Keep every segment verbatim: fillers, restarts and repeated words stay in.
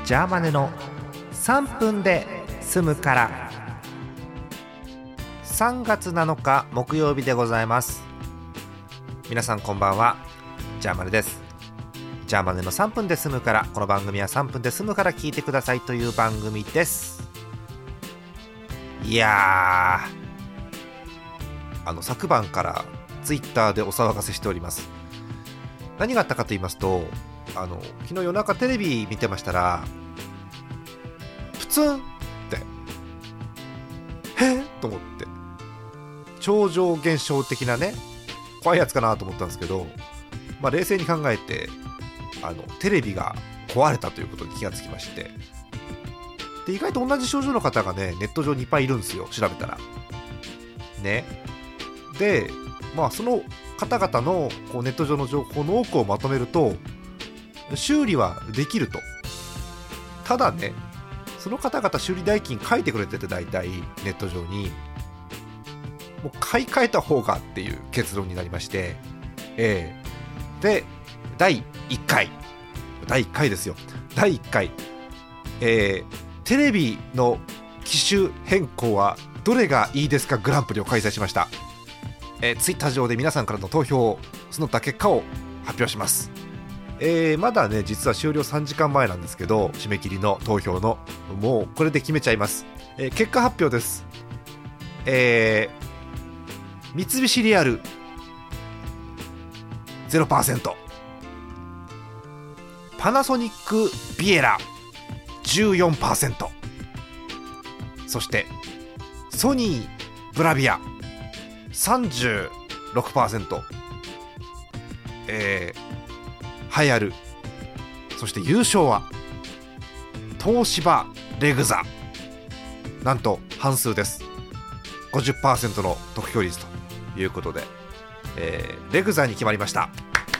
ジャーマネのさんぷんで済むから。さんがつなのか木曜日でございます。皆さんこんばんは、ジャーマネです。ジャーマネのさんぷんで済むから、この番組はさんぷんで済むから聞いてくださいという番組です。いやー、あの昨晩からツイッターでお騒がせしております。何があったかと言いますと、あの昨日夜中テレビ見てましたら、プツンってへっと思って、超常現象的なね、怖いやつかなと思ったんですけど、まあ、冷静に考えて、あのテレビが壊れたということに気がつきまして、で意外と同じ症状の方がね、ネット上にいっぱいいるんですよ、調べたらね。でまあその方々のこうネット上の情報の多くをまとめると、修理はできると。ただね、その方々修理代金書いてくれてて、大体ネット上にもう買い替えた方がっていう結論になりまして、えー、でだいいっかいだいいっかいですよだいいっかい、えー、テレビの機種変更はどれがいいですかグランプリを開催しました。えー、ツイッター上で皆さんからの投票を募った結果を発表します。えー、まだね、実は終了さんじかんまえなんですけど、締め切りの投票のもうこれで決めちゃいます。えー、結果発表です。えー、三菱リアル ゼロパーセント、 パナソニックビエラ じゅうよんパーセント、 そしてソニーブラビア さんじゅうろくパーセント、 えー、流行る、そして優勝は東芝レグザ、なんと半数です。 ごじゅっパーセント の得票率ということで、えー、レグザに決まりました。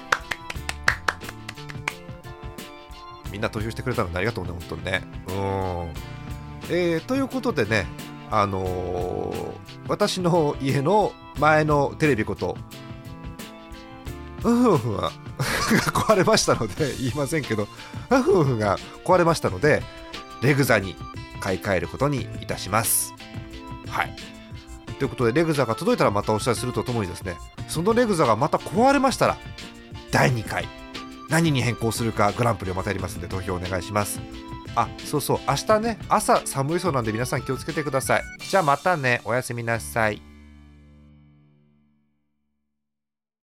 みんな投票してくれたのでありがとうね、本当にね。うーん、えー、ということでね、あのー、私の家の前のテレビことウフフは壊れましたので、言いませんけど、ウフフが壊れましたので、レグザに買い替えることにいたします。はい、ということで、レグザが届いたらまたお知らせするとともにですね、そのレグザがまた壊れましたらだいにかい何に変更するかグランプリをまたやりますので、投票お願いします。あ、そうそう、明日ね、朝寒いそうなんで皆さん気をつけてください。じゃあまたね、おやすみなさい。